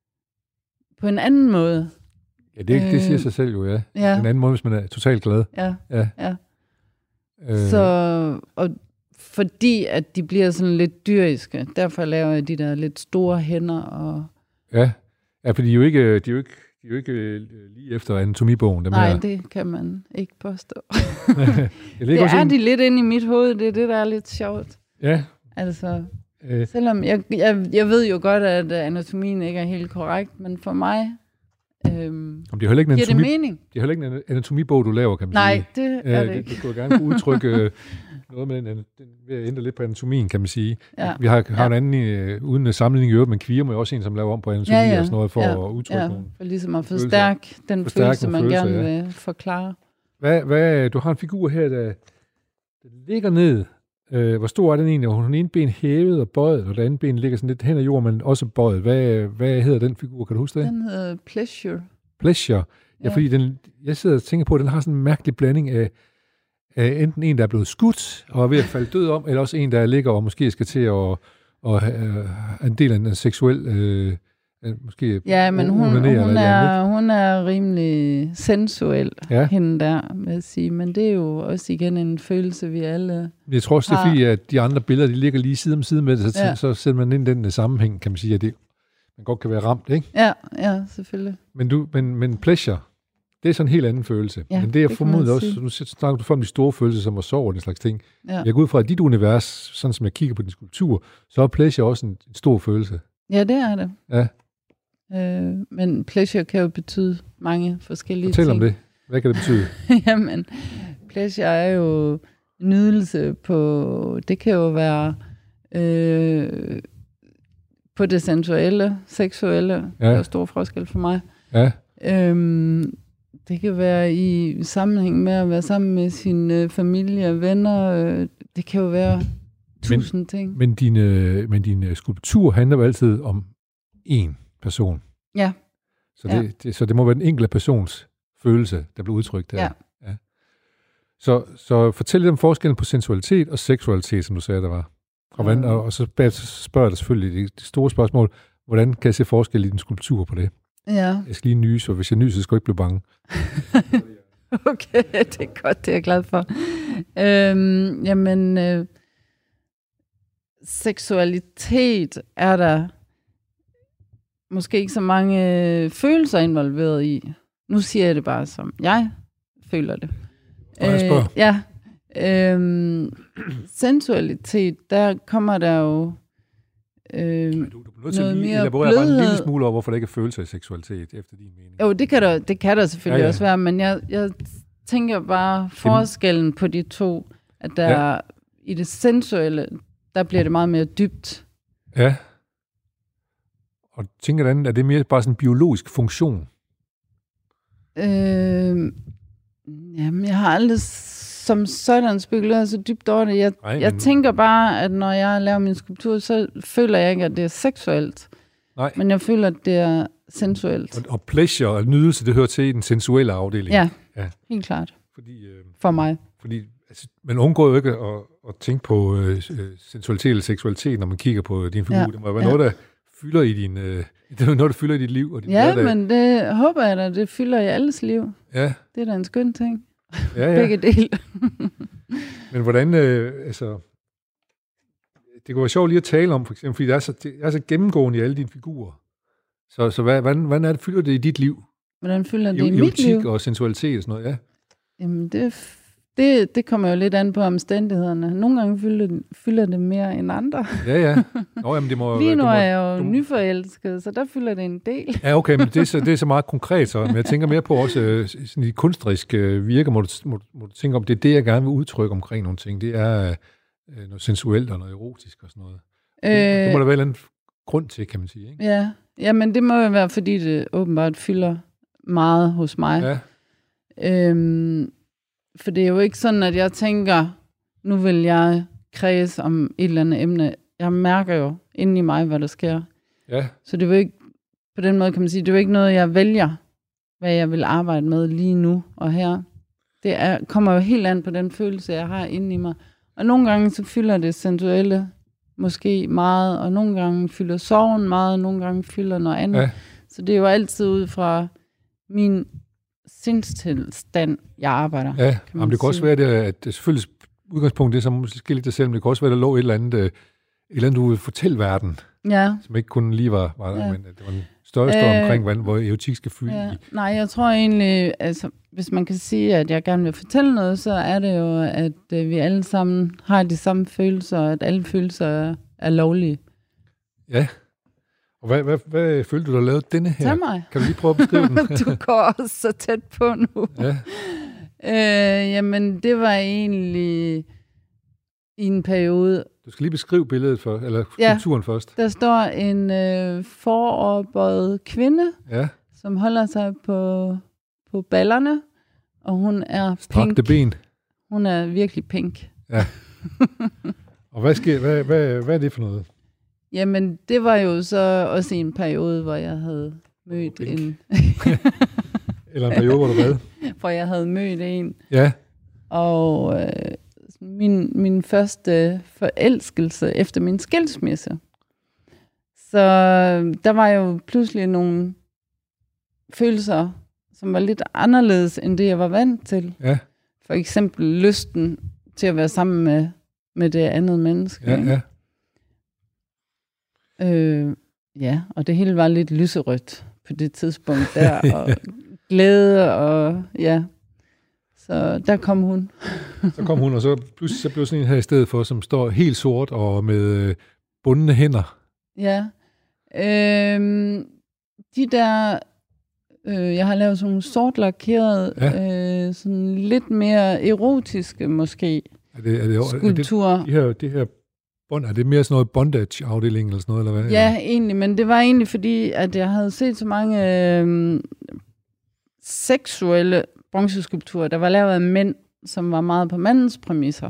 på en anden måde. Ja, det siger sig selv jo, ja. En anden måde, hvis man er totalt glad. Ja. Så, og fordi at de bliver sådan lidt dyriske, derfor laver jeg de der lidt store hænder. Og ja, for de er jo ikke lige efter anatomibogen. Dem nej, her. Det kan man ikke påstå. Det er de lidt inde i mit hoved, det er det, der er lidt sjovt. Ja. Altså, selvom jeg ved jo godt, at anatomien ikke er helt korrekt, men for mig giver det mening. Det er heller ikke en anatomibog, du laver, kan man sige. Nej, det er det ikke. Du skulle gerne udtrykke noget med den ved at ændre lidt på anatomien, kan man sige. Ja. Vi har en anden, uden sammenligning i øvrigt, men Kvirum er også en, som laver om på anatomi og sådan noget, for at udtrykke nogle for ligesom at forstærke den følelse, man gerne vil forklare. Du har en figur her, der ligger ned. Hvor stor er den egentlig? Hun har en ben hævet og bøjet, og det andet ben ligger sådan lidt hen ad jorden, men også bøjet. Hvad hedder den figur? Kan du huske det? Den hedder Pleasure. Pleasure. Ja, fordi jeg sidder og tænker på, at den har sådan en mærkelig blanding af enten en, der er blevet skudt og er ved at falde død om, eller også en, der ligger og måske skal til at have en del af en seksuel Måske ja, men hun er rimelig sensuel, hende der, vil jeg sige. Men det er jo også igen en følelse, vi alle Jeg tror også, det er fordi, at de andre billeder, de ligger lige side om side med det, så sætter man ind i den sammenhæng, kan man sige, at man godt kan være ramt, ikke? Ja, selvfølgelig. Men pleasure, det er sådan en helt anden følelse. Ja, men det er formodet også, nu snakker du om de store følelser, som var sorg og den slags ting. Ja. Jeg går ud fra, at dit univers, sådan som jeg kigger på din skulptur, så er pleasure også en stor følelse. Ja, det er det. Ja. Men pleasure kan jo betyde mange forskellige ting. Fortæl om det. Hvad kan det betyde? Jamen, pleasure er jo nydelse på, det kan jo være på det sensuelle, seksuelle, der er stor forskel for mig. Ja. Det kan være i sammenhæng med at være sammen med sin familie og venner. Det kan jo være 1000 ting. Men din skulptur handler jo altid om én person. Ja. Så det må være den enkelte persons følelse, der bliver udtrykt der. Ja. Så fortæl lidt om forskellen på sensualitet og seksualitet, som du sagde, der var. Og så spørger jeg dig selvfølgelig det store spørgsmål, hvordan kan jeg se forskel i din skulptur på det? Ja. Jeg skal lige nyse, og hvis jeg nyser, skal jeg ikke blive bange. Okay, det er godt, det er jeg glad for. Seksualitet er der måske ikke så mange følelser involveret i. Nu siger jeg det bare, som jeg føler det. Sensualitet, der kommer der jo noget mere elaborere bare en lille smule over, hvorfor der ikke er følelser i seksualitet, efter din mening. Jo, det kan der selvfølgelig også være, men jeg tænker bare forskellen på de to, at der i det sensuelle, der bliver det meget mere dybt. Ja. Og tænker den, er det mere bare sådan en biologisk funktion? Jamen, jeg har aldrig som sådan spekuleret så dybt over det. Jeg tænker bare, at når jeg laver min skulptur, så føler jeg ikke, at det er seksuelt. Nej. Men jeg føler, at det er sensuelt. Og pleasure og nydelse, det hører til i den sensuelle afdeling. Ja. Helt klart. For mig. Fordi man undgår jo ikke at tænke på sensualitet eller seksualitet, når man kigger på din figur. Det må være noget, der fylder i din... det er noget, der fylder i dit liv. Og din hverdag. Men det håber jeg da, det fylder i alles liv. Ja. Det er da en skøn ting. Ja. Begge dele. Men hvordan... det kunne være sjovt lige at tale om, for eksempel, fordi det er så gennemgående i alle dine figurer. Så hvordan er det, fylder det i dit liv? Hvordan fylder det i mit liv? Erotik og sensualitet og sådan noget, ja. Jamen, det kommer jo lidt an på omstændighederne. Nogle gange fylder det mere end andre. Ja. Nå, jamen, det må, lige nu er jeg jo nyforelsket, så der fylder det en del. Ja, okay, men det er så meget konkret så. Men jeg tænker mere på også sådan i kunstnerisk virke, må du tænke om, det er det, jeg gerne vil udtrykke omkring nogle ting. Det er noget sensuelt og noget erotisk og sådan noget. Det må der være en eller anden grund til, kan man sige, ikke? Ja, men det må jo være, fordi det åbenbart fylder meget hos mig. Ja. For det er jo ikke sådan, at jeg tænker, nu vil jeg kredse om et eller andet emne. Jeg mærker jo inde i mig, hvad der sker. Ja. Så det er jo ikke, på den måde kan man sige, det er jo ikke noget, jeg vælger, hvad jeg vil arbejde med lige nu og her. Det kommer jo helt an på den følelse, jeg har inde i mig. Og nogle gange så fylder det sensuelle måske meget, og nogle gange fylder sorgen meget, og nogle gange fylder noget andet. Ja. Så det er jo altid ud fra min sindstilstand, jeg arbejder. Ja, men det kan også være, at det selvfølgelig udgangspunkt, det er så måske lidt det selv, men det kan også være, at der lå et eller andet du vil fortælle verden, som ikke kun lige var men det var en større omkring, hvor erotik skal fylde i. Nej, jeg tror egentlig, altså, hvis man kan sige, at jeg gerne vil fortælle noget, så er det jo, at vi alle sammen har de samme følelser, og at alle følelser er lovlige. Ja. Og hvad følte du, der lavede denne her? Tag mig. Kan du lige prøve at beskrive den? Du går også så tæt på nu. Ja. Jamen, det var egentlig i en periode. Du skal lige beskrive billedet eller skulpturen først. Der står en foroverbøjet kvinde, som holder sig på ballerne, og hun er pink. Strakte ben. Hun er virkelig pink. Ja. Og hvad er det for noget? Jamen, det var jo så også en periode, hvor jeg havde mødt en... Eller en periode, hvor du hvad? Hvor jeg havde mødt en. Ja. Og min første forelskelse efter min skilsmisse. Så der var jo pludselig nogle følelser, som var lidt anderledes, end det, jeg var vant til. Ja. For eksempel lysten til at være sammen med det andet menneske. Ja. Ja, og det hele var lidt lyserødt på det tidspunkt der, og glæde, og ja. Så der kom hun. Så kom hun, og så pludselig så blev sådan en her i stedet for, som står helt sort og med bundne hænder. Ja. De der, jeg har lavet sådan nogle sortlakerede, sådan lidt mere erotiske måske, skulpturer. Det her bånd, er det mere sådan noget bondage-afdeling eller sådan noget, eller hvad? Ja, egentlig, men det var egentlig fordi, at jeg havde set så mange seksuelle bronzeskulpturer, der var lavet af mænd, som var meget på mandens præmisser.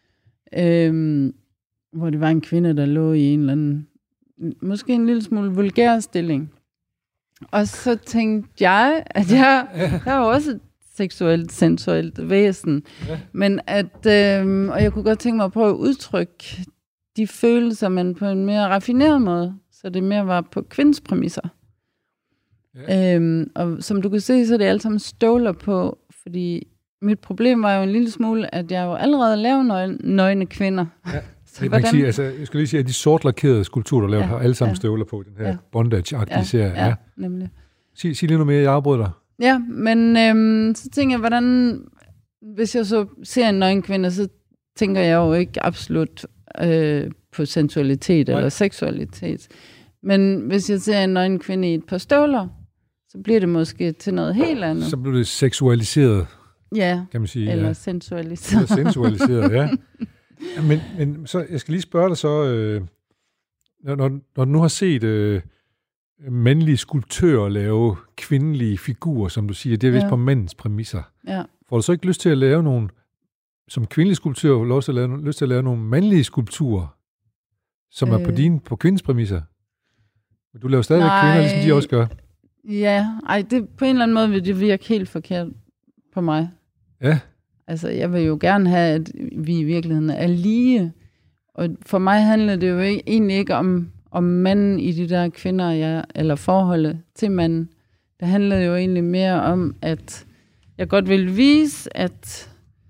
Hvor det var en kvinde, der lå i en eller anden, måske en lille smule vulgær stilling. Og så tænkte jeg, at jeg var også et seksuelt, sensuelt væsen. Ja. Men at, og jeg kunne godt tænke mig at prøve at udtrykke de følelser, men på en mere raffineret måde, så det mere var på kvindens præmisser. Ja. Og som du kan se, så er det alle sammen støvler på, fordi mit problem var jo en lille smule, at jeg jo allerede lavede nøgne kvinder. Ja. Så man kan sige, altså, jeg skulle lige sige, at de sortlakerede skulpturer, der lavet, har alle sammen støvler på, den her bondage-agtige serie. Ja, nemlig. Sig lige noget mere, jeg afbryder dig. Ja, men så tænker jeg, hvordan, hvis jeg så ser en nøgen kvinde, så tænker jeg jo ikke absolut på sensualitet eller seksualitet. Men hvis jeg ser en nøgen kvinde i et par støvler, så bliver det måske til noget helt andet. Så bliver det seksualiseret, kan man sige. Eller sensualiseret. Eller sensualiseret, ja. Men så, jeg skal lige spørge dig så, når du nu har set mandlige skulptører lave kvindelige figurer, som du siger, det er vist på mandens præmisser. Ja. Får du så ikke lyst til at lave nogle, som kvindelig skulptør, lyst til at lave nogle mandlige skulpturer, som er på kvindens præmisser? Men du laver stadigvæk kvinder, ligesom de også gør. Ja, det på en eller anden måde vil det virke helt forkert på mig. Ja. Altså, jeg vil jo gerne have, at vi i virkeligheden er lige. Og for mig handler det jo egentlig ikke om manden i de der kvinder, eller forholdet til manden. Det handler jo egentlig mere om, at jeg godt vil vise, at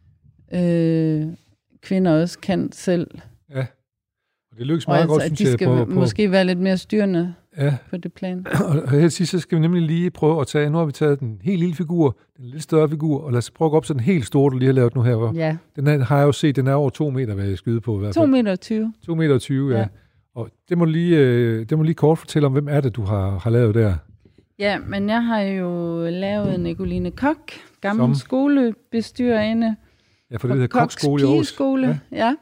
kvinder også kan selv. Ja, og det lykkes meget godt, synes jeg. Og at de skal måske være lidt mere styrende på det plan. Og her til sidst, så skal vi nemlig lige prøve at tage, nu har vi taget den helt lille figur, den lidt større figur, og lad os prøve at gå op til den helt store, du lige har lavet nu her. Ja. Den her, har jeg jo set, den er over 2 meter, hvad jeg skyder på. 2,20 meter. 2,20 meter, ja. Og det må lige kort fortælle om, hvem er det, du har lavet der? Ja, men jeg har jo lavet Nicoline Koch, gammel skolebestyrerinde. Ja, for det hedder Koch Skole i Aarhus. Ja.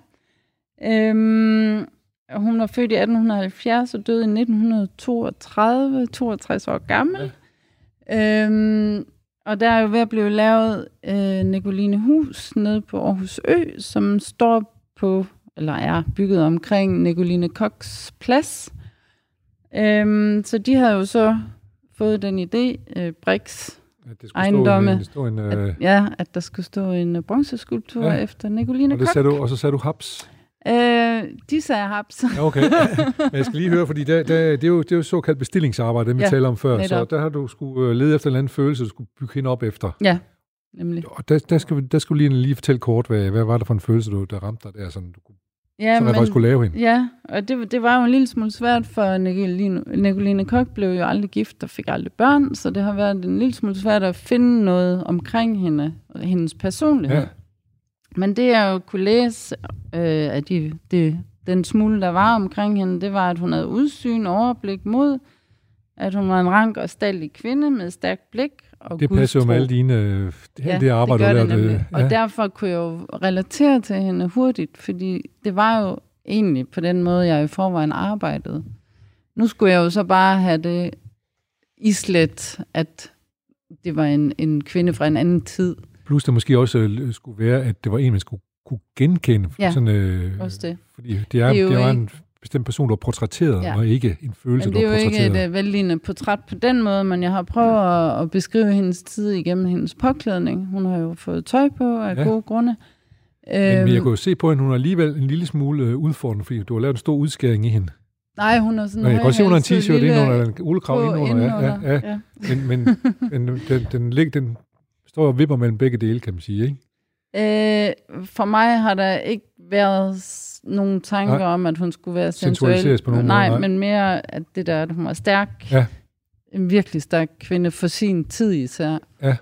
Hun var født i 1870 og døde i 1932, 62 år gammel. Ja. Og der er jo ved at blive lavet Nicoline Hus nede på Aarhus Ø, som står på, eller er bygget omkring Nicoline Kochs plads. Så de havde jo så fået den idé, Brix ejendomme, at der skulle stå en bronzeskulptur efter Nicoline Koch. Og så sagde du haps? De sagde haps. Ja, okay. Men jeg skal lige høre, fordi det er jo såkaldt bestillingsarbejde, det vi talte om før. Netop. Så der har du skulle lede efter en eller anden følelse, du skulle bygge hende op efter. Ja, nemlig. Og der skal du lige fortælle kort, hvad var det for en følelse, der ramte dig der, sådan du kunne... Ja, så faktisk skulle lave hende. Ja, og det var jo en lille smule svært, for Nicoline Koch blev jo aldrig gift og fik aldrig børn, så det har været en lille smule svært at finde noget omkring hende og hendes personlighed. Ja. Men det jeg jo kunne læse af den smule, der var omkring hende, det var, at hun havde udsyn og overblik mod, at hun var en rank og stældig kvinde med stærkt blik og det passer jo med alle dine det arbejde, du lavede. Og derfor kunne jeg jo relatere til hende hurtigt, fordi det var jo egentlig på den måde, jeg i forvejen arbejdede. Nu skulle jeg jo så bare have det islet, at det var en kvinde fra en anden tid. Plus det måske også skulle være, at det var en, man skulle kunne genkende. Ja, sådan, også det. Fordi det var en bestemt person, der var portrætteret, og ikke en følelse, der var portrætteret. Det er jo ikke et vellignende portræt på den måde, men jeg har prøvet at beskrive hendes tid igennem hendes påklædning. Hun har jo fået tøj på af gode grunde. Men jeg kunne jo se på hende, hun er alligevel en lille smule udfordrende, fordi du har lavet en stor udskæring i hende. Nej, hun er sådan... Men jeg kan godt se, hun har en t-shirt indenunder, eller en ulekrav indenunder. Ja. Men den står og vipper mellem begge dele, kan man sige, ikke? For mig har der ikke været nogen tanker om, at hun skulle være sensuel. På nogen nej, måde, men mere at det der, at hun var stærk. Ja. En virkelig stærk kvinde for sin tid især. Ja.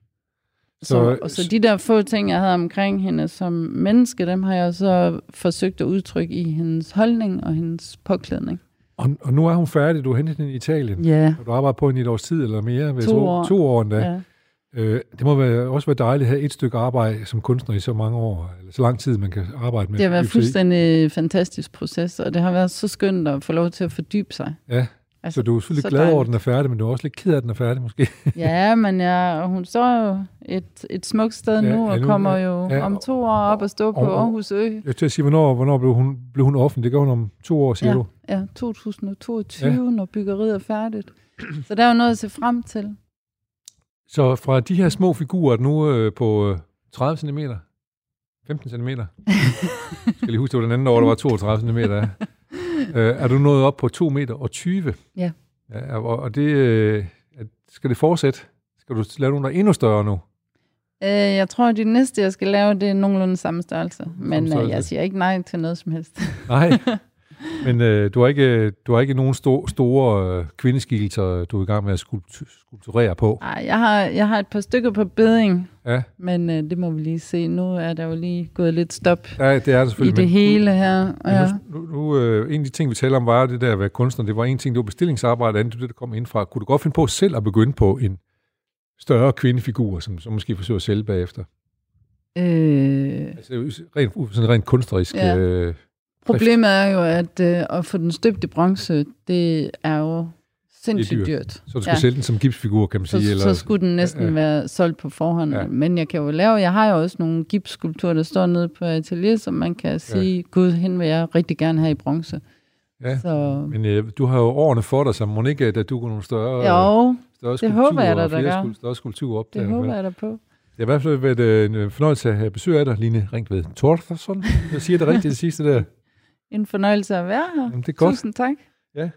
Så de der få ting, jeg havde omkring hende som menneske, dem har jeg så forsøgt at udtrykke i hendes holdning og hendes påklædning. Og nu er hun færdig. Du har hentet hende i Italien. Ja. Og du arbejder på hende i et års tid eller mere. 2 år. 2 år endda. Ja. Det må også være dejligt at have et stykke arbejde som kunstner i så mange år, eller så lang tid, man kan arbejde med. Det har været fuldstændig fantastisk proces, og det har været så skønt at få lov til at fordybe sig. Ja, altså, så du er selvfølgelig glad over, at den er færdig, men du er også lidt ked af, at den er færdig måske. Ja, men hun står jo et smukt sted nu, og kommer jo om 2 år op og stå på Aarhus Ø. Jeg skal sige, hvornår blev hun offentlig? Det gør hun om 2 år, siger du? Ja, 2022, når byggeriet er færdigt. Så der er jo noget at se frem til. Så fra de her små figurer nu på 30 cm, 15 cm, skal lige huske, det var den anden år, der var 32 cm, er du nået op på 2,20 meter? Ja. Og det, skal det fortsætte? Skal du lave nogle, der er endnu større nu? Jeg tror, at det næste, jeg skal lave, det er nogenlunde samme størrelse. Men jeg siger ikke nej til noget som helst. Nej. Men du har ikke nogen store kvindeskikkelser, du er i gang med at skulpturere på? Nej, jeg har et par stykker på bedding, ja. Men det må vi lige se. Nu er der jo lige gået lidt stop det er det selvfølgelig, i det hele her. Ja. Nu, en af de ting, vi taler om, var det der at være kunstner. Det var en ting, det var bestillingsarbejde, andet det, der kom indfra. Kunne du godt finde på selv at begynde på en større kvindefigur, som måske forsøger at sælge bagefter? Altså rent kunstnerisk... Ja. Problemet er jo, at få den støbt i bronze, det er jo sindssygt dyrt. Så du skulle sælge den som gipsfigur, kan man sige? Så skulle den næsten være solgt på forhånd. Ja. Men jeg har jo også nogle gipsskulpturer, der står nede på atelier, som man kan sige, gud, hende vil jeg rigtig gerne have i bronze. Ja, men du har jo årene for dig, så må ikke, at du går nogle større det håber jeg da, større skulpturer op. Det håber jeg da på. Det har i hvert fald været en fornøjelse at have besøg af dig, Line Ringtved Thordarson. Jeg siger det rigtigt det sidste der. En fornøjelse at være her. Jamen, det er godt. Tusind tak. Ja.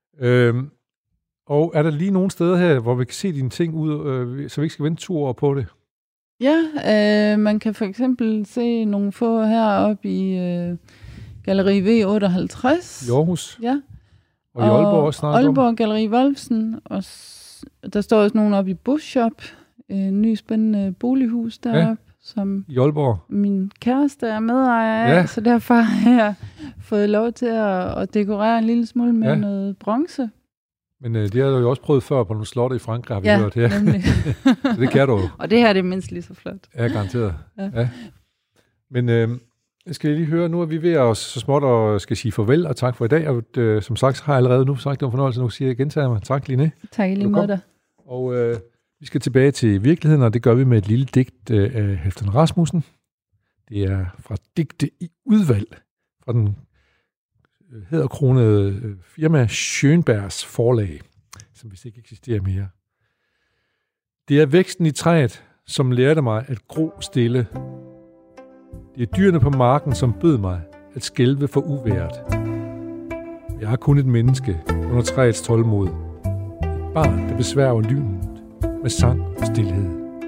Og er der lige nogle steder her, hvor vi kan se dine ting ud, så vi ikke skal vente 2 år på det? Ja, man kan for eksempel se nogle få heroppe i Galleri V58. I Aarhus? Ja. Og i Aalborg også snart? Aalborg, Galleri Wolfsen. Og der står også nogen oppe i Buschshop. En ny spændende bolighus deroppe. Ja. Som i Aalborg. Min kæreste er medejer af, så derfor har jeg fået lov til at dekorere en lille smule med noget bronze. Men det har du jo også prøvet før på nogle slotte i Frankrig, har vi hørt her. Nemlig. Så det kan du. Og det her det er mindst lige så flot. Ja, garanteret. Ja. Men jeg skal lige høre, nu er vi ved at så småt og skal sige farvel og tak for i dag. Og som sagt har jeg allerede nu sagt, det var en fornøjelse, nu siger jeg gentager mig. Tak, Line. Tak i lige måde dig. Og vi skal tilbage til virkeligheden, og det gør vi med et lille digt af Halfdan Rasmussen. Det er fra Digte i udvalg, fra den hæderkronede firma Schönbergs forlag, som vist ikke eksisterer mere. Det er væksten i træet, som lærte mig at gro stille. Det er dyrene på marken, som bød mig at skælve for uværet. Jeg er kun et menneske under træets tålmod. Et barn, der besværger lynet med sang og stilhed.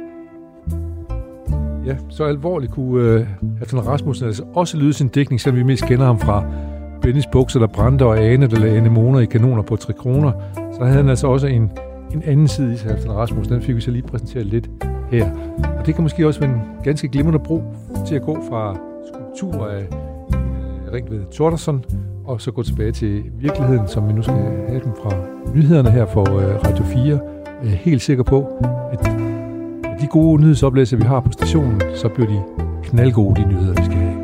Ja, så alvorligt kunne Halfdan Rasmussen altså også lyde sin dækning, selvom vi mest kender ham fra Bennys bukser, der brændte, og Ane, der lagde anemoner i kanoner på 3 kroner. Så havde han altså også en anden side i sig, Halfdan Rasmussen. Den fik vi så lige præsenteret lidt her. Og det kan måske også være en ganske glimrende bro til at gå fra skulptur af Ringtved Thordarson, og så gå tilbage til virkeligheden, som vi nu skal have dem fra nyhederne her for Radio 4. Jeg er helt sikker på, at med de gode nyhedsoplæser, vi har på stationen, så bliver de knaldgode, de nyheder, vi skal have.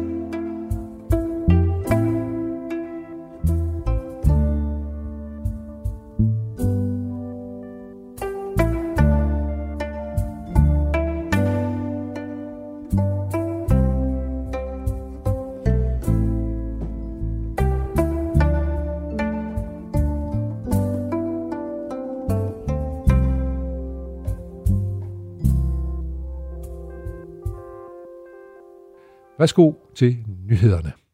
Værsgo til nyhederne.